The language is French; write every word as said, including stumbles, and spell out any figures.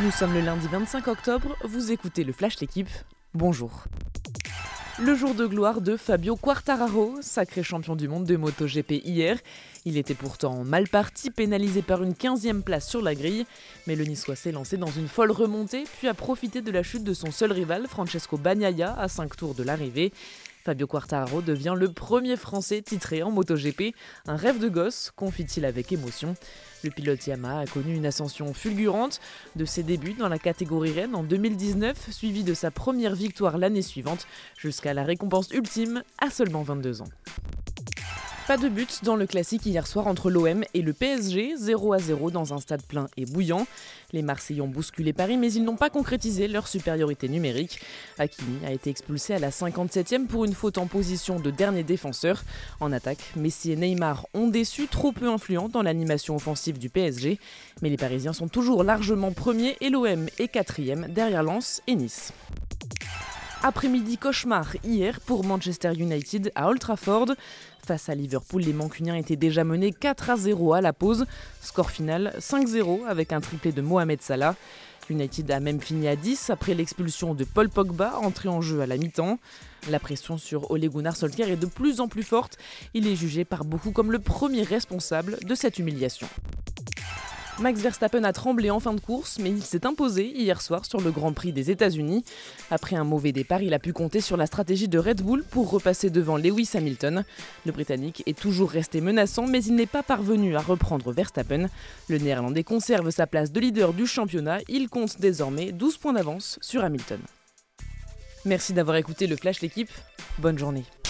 Nous sommes le lundi vingt-cinq octobre, vous écoutez le Flash L'équipe, bonjour. Le jour de gloire de Fabio Quartararo, sacré champion du monde de MotoGP hier. Il était pourtant mal parti, pénalisé par une quinzième place sur la grille. Mais le Niçois s'est lancé dans une folle remontée, puis a profité de la chute de son seul rival, Francesco Bagnaia, à cinq tours de l'arrivée. Fabio Quartararo devient le premier Français titré en MotoGP, un rêve de gosse, confie-t-il avec émotion. Le pilote Yamaha a connu une ascension fulgurante de ses débuts dans la catégorie Rennes en deux mille dix-neuf, suivi de sa première victoire l'année suivante, jusqu'à la récompense ultime à seulement vingt-deux ans. Pas de but dans le classique hier soir entre l'O M et le P S G, zéro à zéro dans un stade plein et bouillant. Les Marseillais ont bousculé Paris, mais ils n'ont pas concrétisé leur supériorité numérique. Hakimi a été expulsé à la cinquante-septième pour une faute en position de dernier défenseur. En attaque, Messi et Neymar ont déçu, trop peu influents dans l'animation offensive du P S G. Mais les Parisiens sont toujours largement premiers et l'O M est quatrième derrière Lens et Nice. Après-midi cauchemar hier pour Manchester United à Old Trafford. Face à Liverpool, les Mancuniens étaient déjà menés quatre à zéro à la pause. Score final cinq zéro avec un triplé de Mohamed Salah. United a même fini à dix après l'expulsion de Paul Pogba, entré en jeu à la mi-temps. La pression sur Ole Gunnar Solskjaer est de plus en plus forte. Il est jugé par beaucoup comme le premier responsable de cette humiliation. Max Verstappen a tremblé en fin de course, mais il s'est imposé hier soir sur le Grand Prix des États-Unis. Après un mauvais départ, il a pu compter sur la stratégie de Red Bull pour repasser devant Lewis Hamilton. Le Britannique est toujours resté menaçant, mais il n'est pas parvenu à reprendre Verstappen. Le Néerlandais conserve sa place de leader du championnat. Il compte désormais douze points d'avance sur Hamilton. Merci d'avoir écouté le Flash L'équipe. Bonne journée.